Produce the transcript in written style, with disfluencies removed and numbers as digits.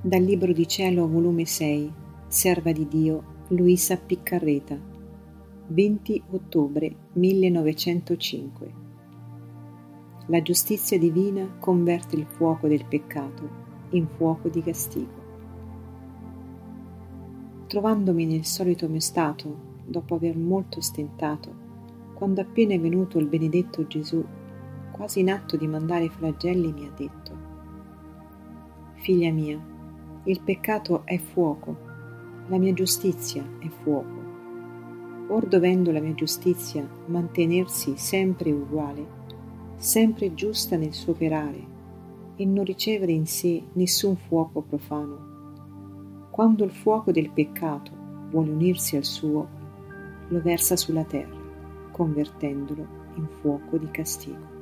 Dal Libro di Cielo, volume 6, Serva di Dio, Luisa Piccarreta, 20 ottobre 1905. La giustizia divina converte il fuoco del peccato in fuoco di castigo. Trovandomi nel solito mio stato, dopo aver molto stentato, quando appena è venuto il benedetto Gesù, quasi in atto di mandare i flagelli, mi ha detto: «Figlia mia, il peccato è fuoco, la mia giustizia è fuoco. Or dovendo la mia giustizia mantenersi sempre uguale, sempre giusta nel suo operare, e non ricevere in sé nessun fuoco profano, quando il fuoco del peccato vuole unirsi al suo, lo versa sulla terra, convertendolo in fuoco di castigo».